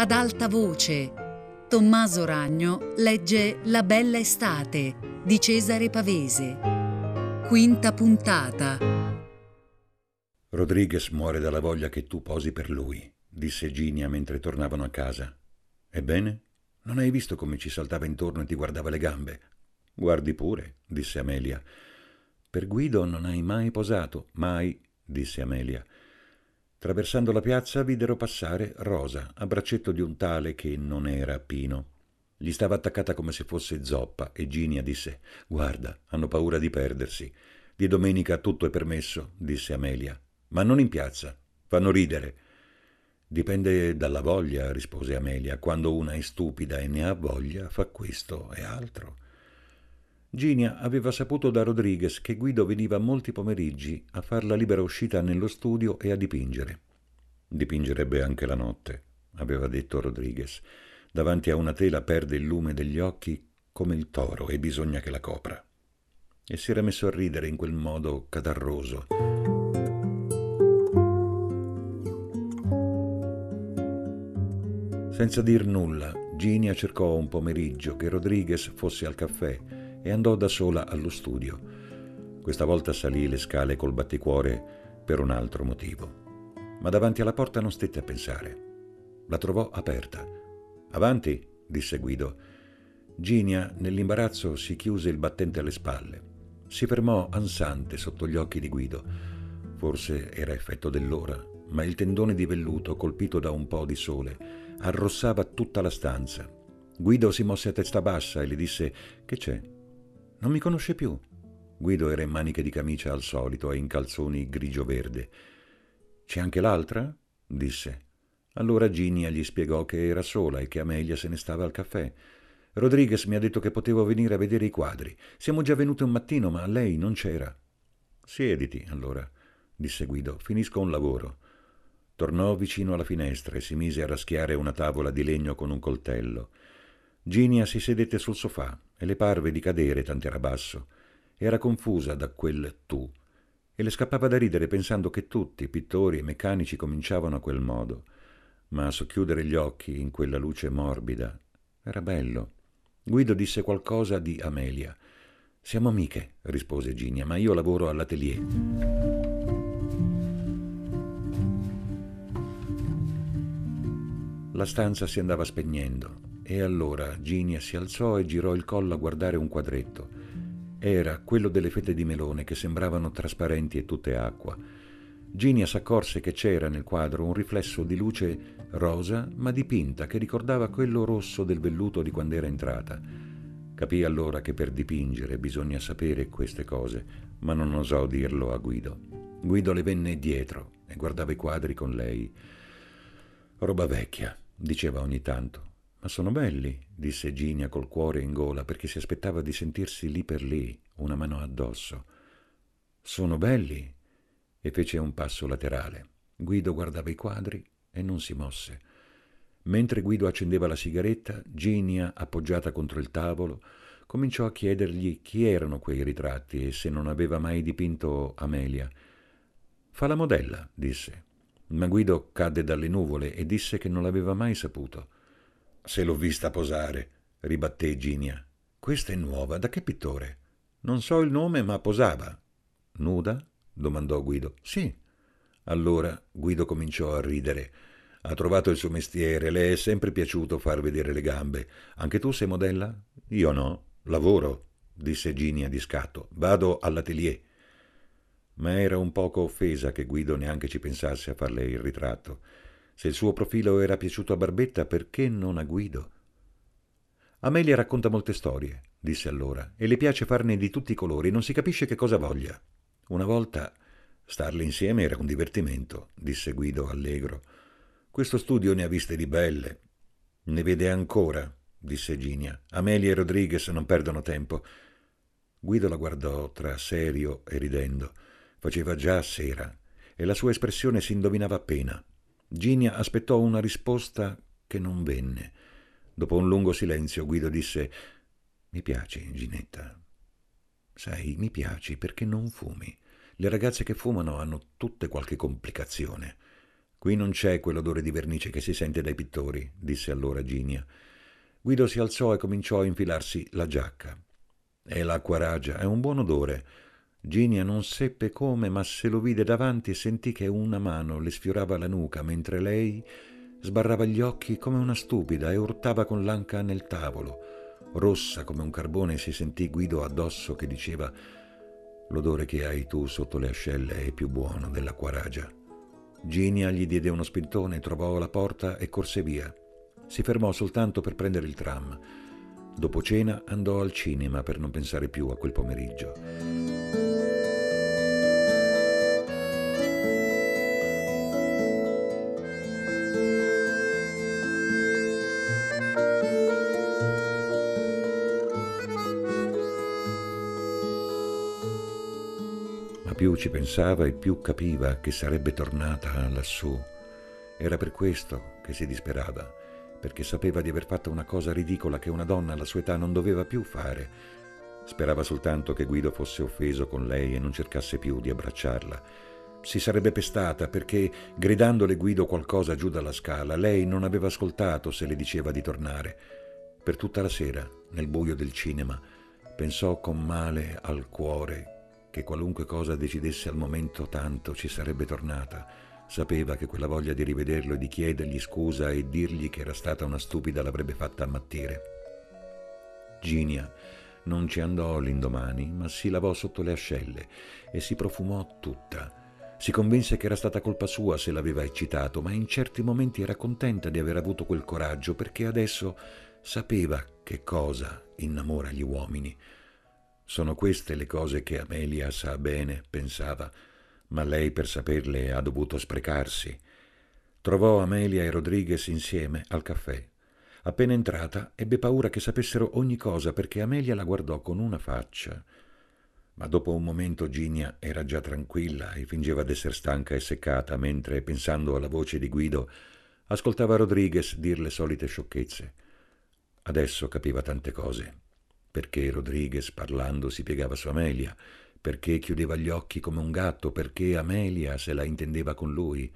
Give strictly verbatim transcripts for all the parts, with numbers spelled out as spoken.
ad alta voce. Tommaso Ragno legge La bella estate di Cesare Pavese. Quinta puntata. Rodriguez muore dalla voglia che tu posi per lui, disse Ginia mentre tornavano a casa. Ebbene? Non hai visto come ci saltava intorno e ti guardava le gambe? Guardi pure, disse Amelia. Per Guido non hai mai posato, mai, disse Amelia. Traversando la piazza videro passare Rosa, a braccetto di un tale che non era Pino. Gli stava attaccata come se fosse zoppa e Ginia disse: «Guarda, hanno paura di perdersi. Di domenica tutto è permesso», disse Amelia. «Ma non in piazza. Fanno ridere». «Dipende dalla voglia», rispose Amelia. «Quando una è stupida e ne ha voglia, fa questo e altro». Ginia aveva saputo da Rodriguez che Guido veniva molti pomeriggi a far la libera uscita nello studio e a dipingere. «Dipingerebbe anche la notte», aveva detto Rodriguez. «Davanti a una tela perde il lume degli occhi come il toro e bisogna che la copra». E si era messo a ridere in quel modo catarroso. Senza dir nulla, Ginia cercò un pomeriggio che Rodriguez fosse al caffè e andò da sola allo studio. Questa volta salì le scale col batticuore per un altro motivo. Ma davanti alla porta non stette a pensare. La trovò aperta. «Avanti», disse Guido. Ginia, nell'imbarazzo, si chiuse il battente alle spalle. Si fermò ansante sotto gli occhi di Guido. Forse era effetto dell'ora, ma il tendone di velluto, colpito da un po' di sole, arrossava tutta la stanza. Guido si mosse a testa bassa e le disse: «Che c'è? Non mi conosce più?» Guido era in maniche di camicia al solito e in calzoni grigio-verde. «C'è anche l'altra?» disse. Allora Ginia gli spiegò che era sola e che Amelia se ne stava al caffè. «Rodriguez mi ha detto che potevo venire a vedere i quadri. Siamo già venuti un mattino, ma lei non c'era». «Siediti, allora», disse Guido. «Finisco un lavoro». Tornò vicino alla finestra e si mise a raschiare una tavola di legno con un coltello. Ginia si sedette sul sofà e le parve di cadere, tant'era basso. Era confusa da quel tu e le scappava da ridere pensando che tutti, pittori e meccanici, cominciavano a quel modo. Ma a socchiudere gli occhi in quella luce morbida era bello. Guido disse qualcosa di Amelia. «Siamo amiche», rispose Ginia, «ma io lavoro all'atelier». La stanza si andava spegnendo e allora Ginia si alzò e girò il collo a guardare un quadretto. Era quello delle fette di melone che sembravano trasparenti e tutte acqua. Ginia s'accorse che c'era nel quadro un riflesso di luce rosa ma dipinta che ricordava quello rosso del velluto di quando era entrata. Capì allora che per dipingere bisogna sapere queste cose, ma non osò dirlo a Guido. Guido le venne dietro e guardava i quadri con lei. «Roba vecchia», diceva ogni tanto. «Ma sono belli», disse Ginia col cuore in gola, perché si aspettava di sentirsi lì per lì, una mano addosso. «Sono belli», e fece un passo laterale. Guido guardava i quadri e non si mosse. Mentre Guido accendeva la sigaretta, Ginia, appoggiata contro il tavolo, cominciò a chiedergli chi erano quei ritratti e se non aveva mai dipinto Amelia. «Fa la modella», disse. Ma Guido cadde dalle nuvole e disse che non l'aveva mai saputo. «Se l'ho vista posare», ribatté Ginia. «Questa è nuova, da che pittore?» «Non so il nome, ma posava». «Nuda?» domandò Guido. «Sì». Allora Guido cominciò a ridere. «Ha trovato il suo mestiere, le è sempre piaciuto far vedere le gambe. Anche tu sei modella?» «Io no, lavoro», disse Ginia di scatto. «Vado all'atelier». Ma era un poco offesa che Guido neanche ci pensasse a farle il ritratto. Se il suo profilo era piaciuto a Barbetta, perché non a Guido? «Amelia racconta molte storie», disse allora, «e le piace farne di tutti i colori, non si capisce che cosa voglia». «Una volta starle insieme era un divertimento», disse Guido allegro. «Questo studio ne ha viste di belle». «Ne vede ancora», disse Ginia. «Amelia e Rodriguez non perdono tempo». Guido la guardò tra serio e ridendo. Faceva già sera e la sua espressione si indovinava appena. Ginia aspettò una risposta che non venne. Dopo un lungo silenzio Guido disse: «Mi piaci, Ginetta. Sai, mi piaci perché non fumi. Le ragazze che fumano hanno tutte qualche complicazione. Qui non c'è quell'odore di vernice che si sente dai pittori, disse allora Ginia. Guido si alzò e cominciò a infilarsi la giacca. È l'acqua ragia, è un buon odore. Ginia non seppe come, ma se lo vide davanti e sentì che una mano le sfiorava la nuca mentre lei sbarrava gli occhi come una stupida e urtava con l'anca nel tavolo. Rossa come un carbone si sentì Guido addosso che diceva: «L'odore che hai tu sotto le ascelle è più buono dell'acqua ragia». Ginia gli diede uno spintone, trovò la porta e corse via. Si fermò soltanto per prendere il tram. Dopo cena andò al cinema per non pensare più a quel pomeriggio. Ma più ci pensava e più capiva che sarebbe tornata lassù. Era per questo che si disperava, perché sapeva di aver fatto una cosa ridicola che una donna alla sua età non doveva più fare. Sperava soltanto che Guido fosse offeso con lei e non cercasse più di abbracciarla. Si sarebbe pestata perché, gridandole Guido qualcosa giù dalla scala, lei non aveva ascoltato se le diceva di tornare. Per tutta la sera, nel buio del cinema, pensò con male al cuore che qualunque cosa decidesse al momento tanto ci sarebbe tornata. Sapeva che quella voglia di rivederlo e di chiedergli scusa e dirgli che era stata una stupida l'avrebbe fatta ammattire. Ginia non ci andò l'indomani, ma si lavò sotto le ascelle e si profumò tutta. Si convinse che era stata colpa sua se l'aveva eccitato, ma in certi momenti era contenta di aver avuto quel coraggio, perché adesso sapeva che cosa innamora gli uomini. Sono queste le cose che Amelia sa bene, pensava, ma lei per saperle ha dovuto sprecarsi. Trovò Amelia e Rodriguez insieme al caffè. Appena entrata ebbe paura che sapessero ogni cosa, perché Amelia la guardò con una faccia. Ma dopo un momento Ginia era già tranquilla e fingeva d'essere stanca e seccata, mentre, pensando alla voce di Guido, ascoltava Rodriguez dir le solite sciocchezze. Adesso capiva tante cose. Perché Rodriguez parlando si piegava su Amelia, perché chiudeva gli occhi come un gatto, perché Amelia se la intendeva con lui.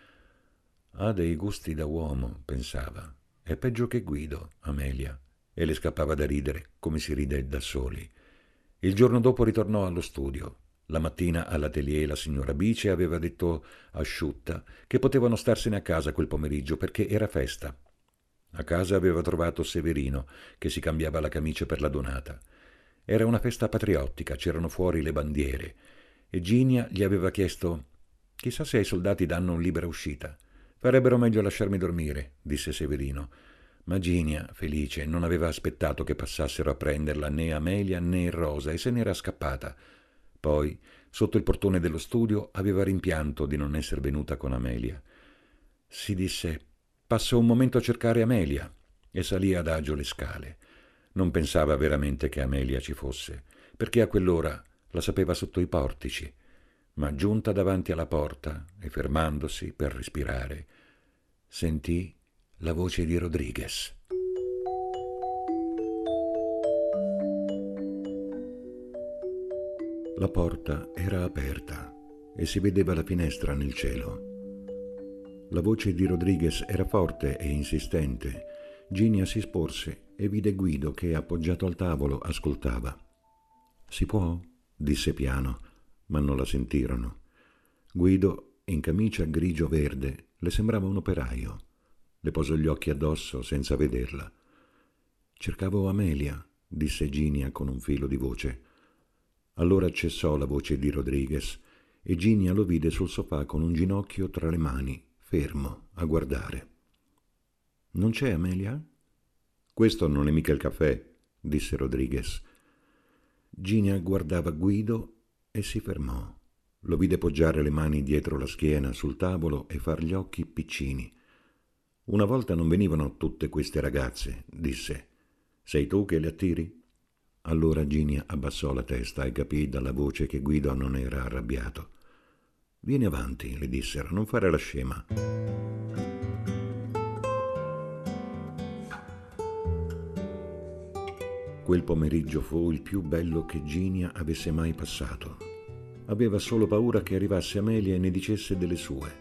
Ha dei gusti da uomo, pensava. È peggio che Guido, Amelia, e le scappava da ridere, come si ride da soli. Il giorno dopo ritornò allo studio. La mattina all'atelier la signora Bice aveva detto asciutta che potevano starsene a casa quel pomeriggio perché era festa. A casa aveva trovato Severino, che si cambiava la camicia per la donata. Era una festa patriottica, c'erano fuori le bandiere, e Ginia gli aveva chiesto: «Chissà se ai soldati danno libera uscita. Farebbero meglio lasciarmi dormire», disse Severino. Ma Ginia, felice, non aveva aspettato che passassero a prenderla né Amelia né Rosa e se n'era scappata. Poi, sotto il portone dello studio, aveva rimpianto di non essere venuta con Amelia. Si disse: «Passo un momento a cercare Amelia», e salì adagio le scale. Non pensava veramente che Amelia ci fosse, perché a quell'ora la sapeva sotto i portici. Ma giunta davanti alla porta e fermandosi per respirare, sentì la voce di Rodriguez. La porta era aperta e si vedeva la finestra nel cielo. La voce di Rodriguez era forte e insistente. Ginia si sporse e vide Guido che, appoggiato al tavolo, ascoltava. «Si può?» disse piano, ma non la sentirono. Guido, in camicia grigio-verde, le sembrava un operaio. Le posò gli occhi addosso senza vederla. «Cercavo Amelia», disse Ginia con un filo di voce. Allora cessò la voce di Rodriguez e Ginia lo vide sul sofà con un ginocchio tra le mani, fermo, a guardare. «Non c'è Amelia?» «Questo non è mica il caffè», disse Rodriguez. Ginia guardava Guido e si fermò. Lo vide poggiare le mani dietro la schiena sul tavolo e far gli occhi piccini. «Una volta non venivano tutte queste ragazze», disse. «Sei tu che le attiri?» Allora Ginia abbassò la testa e capì dalla voce che Guido non era arrabbiato. «Vieni avanti», le dissero, «non fare la scema». Quel pomeriggio fu il più bello che Ginia avesse mai passato. Aveva solo paura che arrivasse Amelia e ne dicesse delle sue.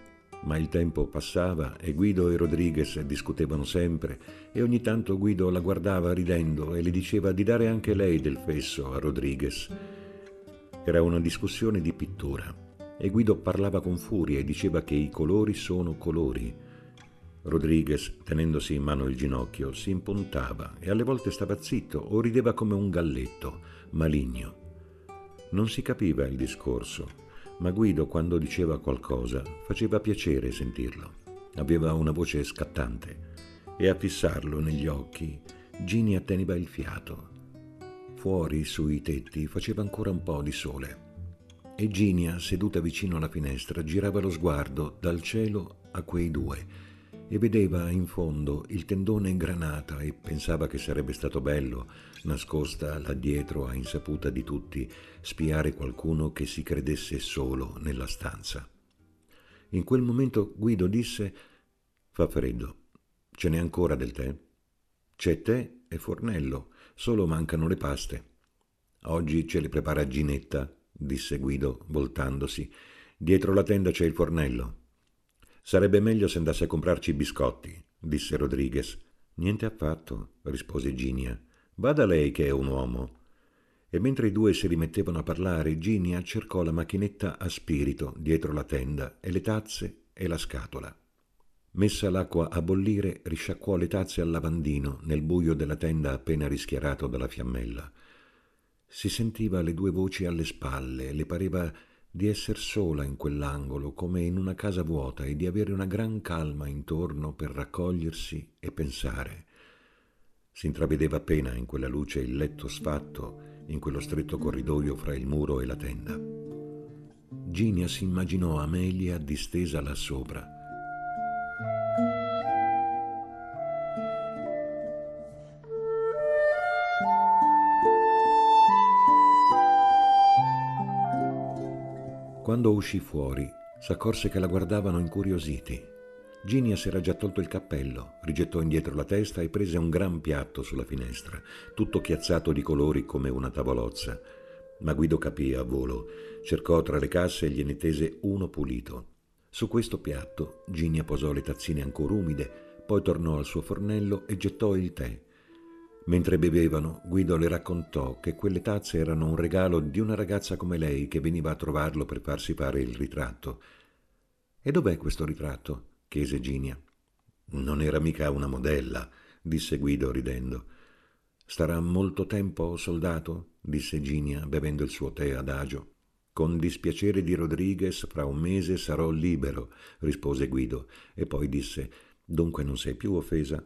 Ma il tempo passava e Guido e Rodriguez discutevano sempre e ogni tanto Guido la guardava ridendo e le diceva di dare anche lei del fesso a Rodriguez. Era una discussione di pittura e Guido parlava con furia e diceva che i colori sono colori. Rodriguez, tenendosi in mano il ginocchio, si impuntava e alle volte stava zitto o rideva come un galletto, maligno. Non si capiva il discorso, ma Guido, quando diceva qualcosa, faceva piacere sentirlo. Aveva una voce scattante e a fissarlo negli occhi Ginia teneva il fiato. Fuori, sui tetti, faceva ancora un po' di sole e Ginia, seduta vicino alla finestra, girava lo sguardo dal cielo a quei due e vedeva in fondo il tendone in granata e pensava che sarebbe stato bello, nascosta là dietro a insaputa di tutti, spiare qualcuno che si credesse solo nella stanza. In quel momento Guido disse: «Fa freddo. Ce n'è ancora del tè?» «C'è tè e fornello, solo mancano le paste». «Oggi ce le prepara Ginetta», disse Guido, voltandosi. «Dietro la tenda c'è il fornello». «Sarebbe meglio se andasse a comprarci i biscotti», disse Rodriguez. «Niente affatto», rispose Ginia. «Vada lei che è un uomo». E mentre i due si rimettevano a parlare, Ginia cercò la macchinetta a spirito dietro la tenda e le tazze e la scatola. Messa l'acqua a bollire, risciacquò le tazze al lavandino nel buio della tenda appena rischiarato dalla fiammella. Si sentiva le due voci alle spalle e le pareva di esser sola in quell'angolo, come in una casa vuota, e di avere una gran calma intorno per raccogliersi e pensare. Si intravedeva appena in quella luce il letto sfatto, in quello stretto corridoio fra il muro e la tenda. Ginia si immaginò Amelia distesa là sopra. Quando uscì fuori, s'accorse che la guardavano incuriositi. Ginia s'era già tolto il cappello, rigettò indietro la testa e prese un gran piatto sulla finestra, tutto chiazzato di colori come una tavolozza. Ma Guido capì a volo, cercò tra le casse e gliene tese uno pulito. Su questo piatto Ginia posò le tazzine ancora umide, poi tornò al suo fornello e gettò il tè. Mentre bevevano, Guido le raccontò che quelle tazze erano un regalo di una ragazza come lei che veniva a trovarlo per farsi fare il ritratto. «E dov'è questo ritratto?» chiese Ginia. «Non era mica una modella», disse Guido ridendo. «Starà molto tempo soldato?» disse Ginia, bevendo il suo tè adagio. «Con dispiacere di Rodriguez, fra un mese sarò libero», rispose Guido, e poi disse: «Dunque non sei più offesa?»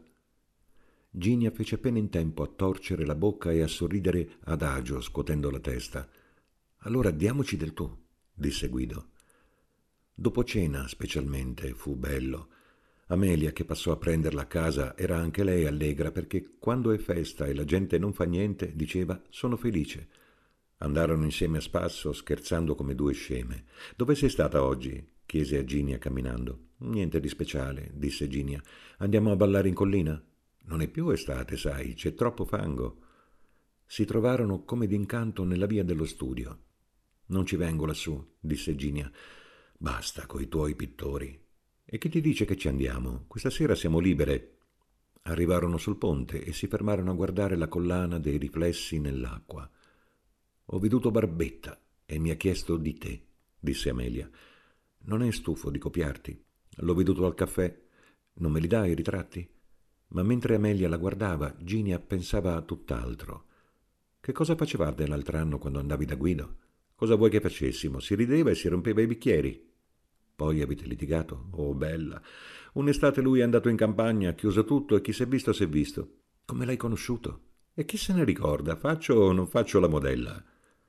Ginia fece appena in tempo a torcere la bocca e a sorridere adagio, scuotendo la testa. «Allora diamoci del tu», disse Guido. Dopo cena, specialmente, fu bello. Amelia, che passò a prenderla a casa, era anche lei allegra perché quando è festa e la gente non fa niente, diceva «sono felice». Andarono insieme a spasso, scherzando come due sceme. «Dove sei stata oggi?» chiese a Ginia camminando. «Niente di speciale», disse Ginia. «Andiamo a ballare in collina?» «Non è più estate, sai, c'è troppo fango». Si trovarono come d'incanto nella via dello studio. «Non ci vengo lassù», disse Ginia. «Basta coi tuoi pittori». «E chi ti dice che ci andiamo? Questa sera siamo libere». Arrivarono sul ponte e si fermarono a guardare la collana dei riflessi nell'acqua. «Ho veduto Barbetta e mi ha chiesto di te», disse Amelia. «Non è stufo di copiarti? L'ho veduto al caffè. Non me li dai i ritratti?» Ma mentre Amelia la guardava, Ginia pensava a tutt'altro. «Che cosa facevate l'altro anno quando andavi da Guido? Cosa vuoi che facessimo? Si rideva e si rompeva i bicchieri. Poi avete litigato? Oh, bella! Un'estate lui è andato in campagna, ha chiuso tutto e chi s'è visto s'è visto. Come l'hai conosciuto? E chi se ne ricorda? Faccio o non faccio la modella?»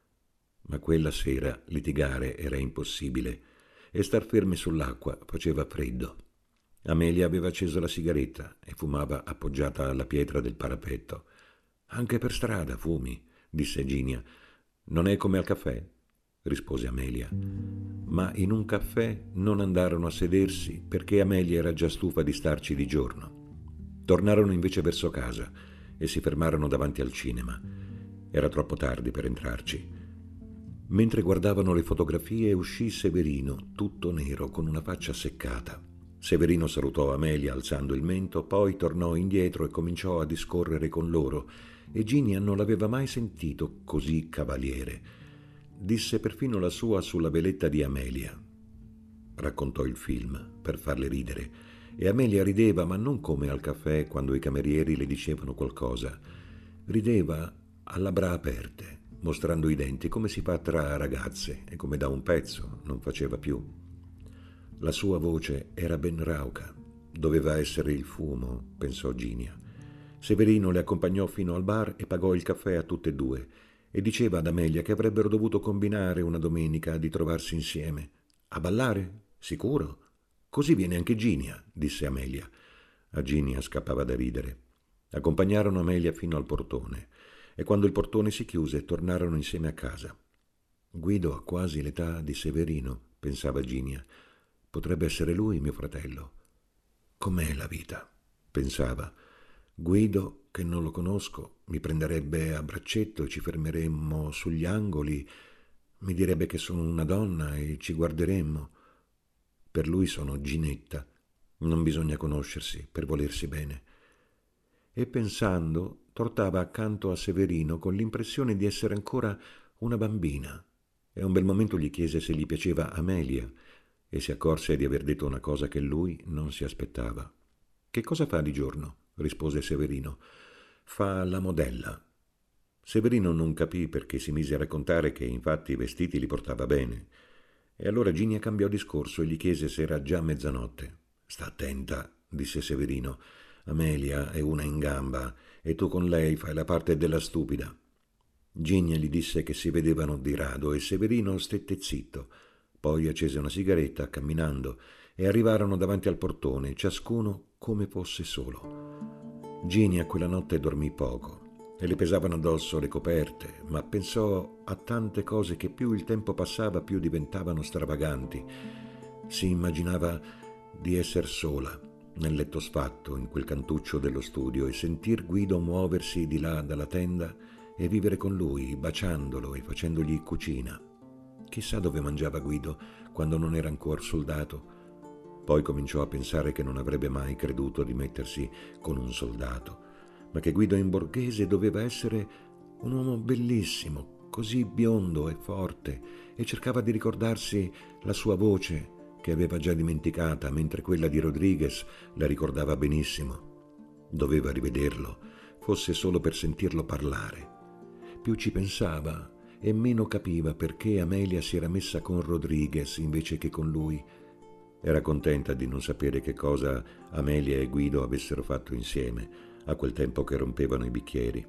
Ma quella sera litigare era impossibile e star fermi sull'acqua faceva freddo. Amelia aveva acceso la sigaretta e fumava appoggiata alla pietra del parapetto. «Anche per strada fumi», disse Ginia. «Non è come al caffè?» rispose Amelia. Ma in un caffè non andarono a sedersi perché Amelia era già stufa di starci di giorno. Tornarono invece verso casa e si fermarono davanti al cinema. Era troppo tardi per entrarci. Mentre guardavano le fotografie uscì Severino, tutto nero, con una faccia seccata. Severino salutò Amelia alzando il mento, poi tornò indietro e cominciò a discorrere con loro, e Ginia non l'aveva mai sentito così cavaliere. Disse perfino la sua sulla veletta di Amelia. Raccontò il film per farle ridere, e Amelia rideva, ma non come al caffè quando i camerieri le dicevano qualcosa. Rideva a labbra aperte, mostrando i denti come si fa tra ragazze, e come da un pezzo non faceva più. La sua voce era ben rauca. Doveva essere il fumo, pensò Ginia. Severino le accompagnò fino al bar e pagò il caffè a tutte e due, e diceva ad Amelia che avrebbero dovuto combinare una domenica di trovarsi insieme. A ballare? Sicuro? Così viene anche Ginia, disse Amelia. A Ginia scappava da ridere. Accompagnarono Amelia fino al portone, e quando il portone si chiuse tornarono insieme a casa. Guido ha quasi l'età di Severino, pensava Ginia. Potrebbe essere lui mio fratello. Com'è la vita? Pensava. Guido, che non lo conosco, mi prenderebbe a braccetto e ci fermeremmo sugli angoli, mi direbbe che sono una donna e ci guarderemmo. Per lui sono Ginetta. Non bisogna conoscersi per volersi bene. E pensando, tortava accanto a Severino con l'impressione di essere ancora una bambina, e a un bel momento gli chiese se gli piaceva Amelia, e si accorse di aver detto una cosa che lui non si aspettava. «Che cosa fa di giorno?» rispose Severino. «Fa la modella». Severino non capì perché si mise a raccontare che infatti i vestiti li portava bene, e allora Ginia cambiò discorso e gli chiese se era già mezzanotte. «Sta attenta», disse Severino. «Amelia è una in gamba e tu con lei fai la parte della stupida». Ginia gli disse che si vedevano di rado e Severino stette zitto. Poi accese una sigaretta camminando e arrivarono davanti al portone, ciascuno come fosse solo. Ginia quella notte dormì poco e le pesavano addosso le coperte, ma pensò a tante cose che più il tempo passava più diventavano stravaganti. Si immaginava di essere sola nel letto sfatto in quel cantuccio dello studio e sentir Guido muoversi di là dalla tenda e vivere con lui, baciandolo e facendogli cucina. Chissà dove mangiava Guido quando non era ancora soldato. Poi cominciò a pensare che non avrebbe mai creduto di mettersi con un soldato, ma che Guido in borghese doveva essere un uomo bellissimo, così biondo e forte, e cercava di ricordarsi la sua voce che aveva già dimenticata, mentre quella di Rodriguez la ricordava benissimo. Doveva rivederlo, fosse solo per sentirlo parlare. Più ci pensava e meno capiva perché Amelia si era messa con Rodriguez invece che con lui. Era contenta di non sapere che cosa Amelia e Guido avessero fatto insieme a quel tempo che rompevano i bicchieri.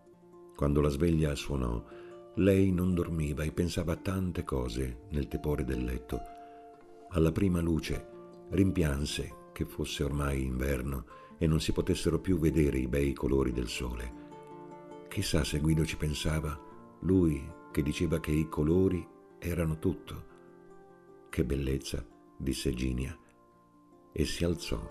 Quando la sveglia suonò, lei non dormiva e pensava a tante cose nel tepore del letto. Alla prima luce rimpianse che fosse ormai inverno e non si potessero più vedere i bei colori del sole. Chissà se Guido ci pensava, lui che diceva che i colori erano tutto. Che bellezza, disse Ginia, e si alzò.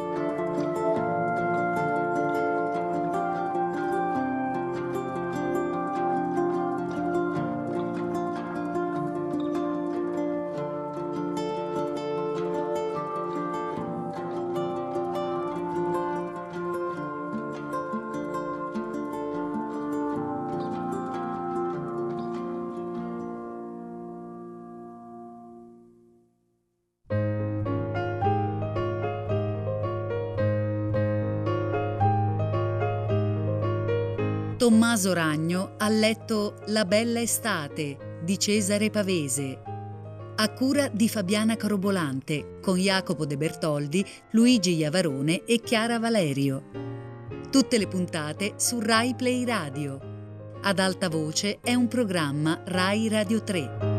Tommaso Ragno ha letto La bella estate di Cesare Pavese, a cura di Fabiana Carobolante, con Jacopo De Bertoldi, Luigi Iavarone e Chiara Valerio. Tutte le puntate su Rai Play Radio. Ad alta voce è un programma Rai Radio tre.